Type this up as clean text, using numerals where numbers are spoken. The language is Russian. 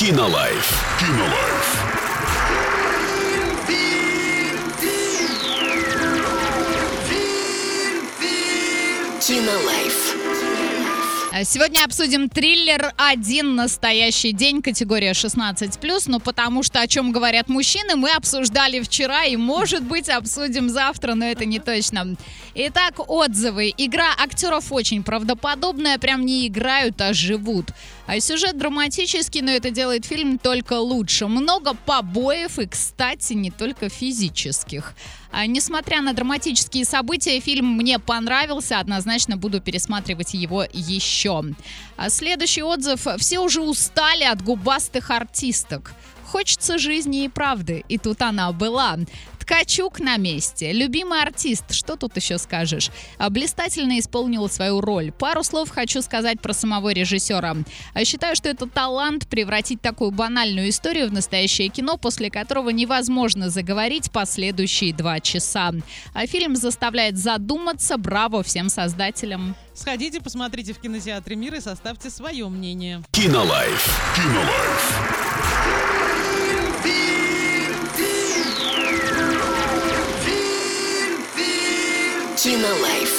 Кинолайф. Кинолайф. Кинолайф. Сегодня обсудим триллер «Один настоящий день», категория 16+, но потому что о чем говорят мужчины, мы обсуждали вчера и, может быть, обсудим завтра, но это не точно. Итак, отзывы. Игра актеров очень правдоподобная, прям не играют, а живут. А сюжет драматический, но это делает фильм только лучше. Много побоев и, кстати, не только физических. Несмотря на драматические события, фильм мне понравился, однозначно буду пересматривать его еще. Следующий отзыв. Все уже устали от губастых артисток. Хочется жизни и правды, и тут она была. Ткачук на месте. Любимый артист, что тут еще скажешь? Блистательно исполнил свою роль. Пару слов хочу сказать про самого режиссера. Считаю, что это талант превратить такую банальную историю в настоящее кино, после которого невозможно заговорить последующие 2 часа. Фильм заставляет задуматься. Браво всем создателям. Сходите, посмотрите в кинотеатре «Мир» и составьте свое мнение. Кинолайф. Кинолайф. Кинолайф.